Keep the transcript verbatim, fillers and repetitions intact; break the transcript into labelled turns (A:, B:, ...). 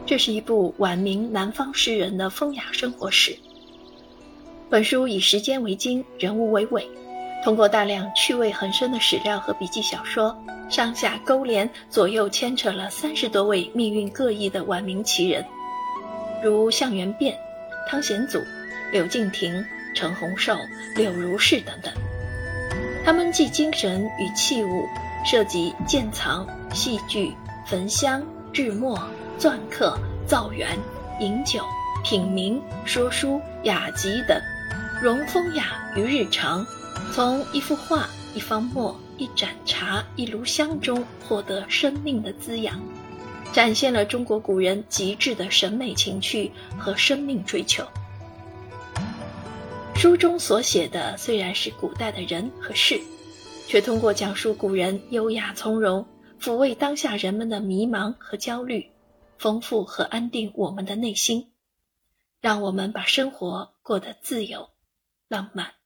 A: 这是一部晚明南方诗人的风雅生活史。本书以时间为经，人物为纬，通过大量趣味横生的史料和笔记小说，上下勾连，左右牵扯了三十多位命运各异的晚明奇人，如向元汴、汤显祖、柳敬亭、陈洪寿、柳如是等等。他们既精神与器物涉及鉴藏、戏剧、焚香、制墨、篆刻、造园、饮酒、品茗、说书、雅集等，融风雅于日常，从一幅画、一方墨、一盏茶、一炉香中获得生命的滋养，展现了中国古人极致的审美情趣和生命追求。书中所写的虽然是古代的人和事，却通过讲述古人优雅从容，抚慰当下人们的迷茫和焦虑，丰富和安定我们的内心，让我们把生活过得自由、浪漫。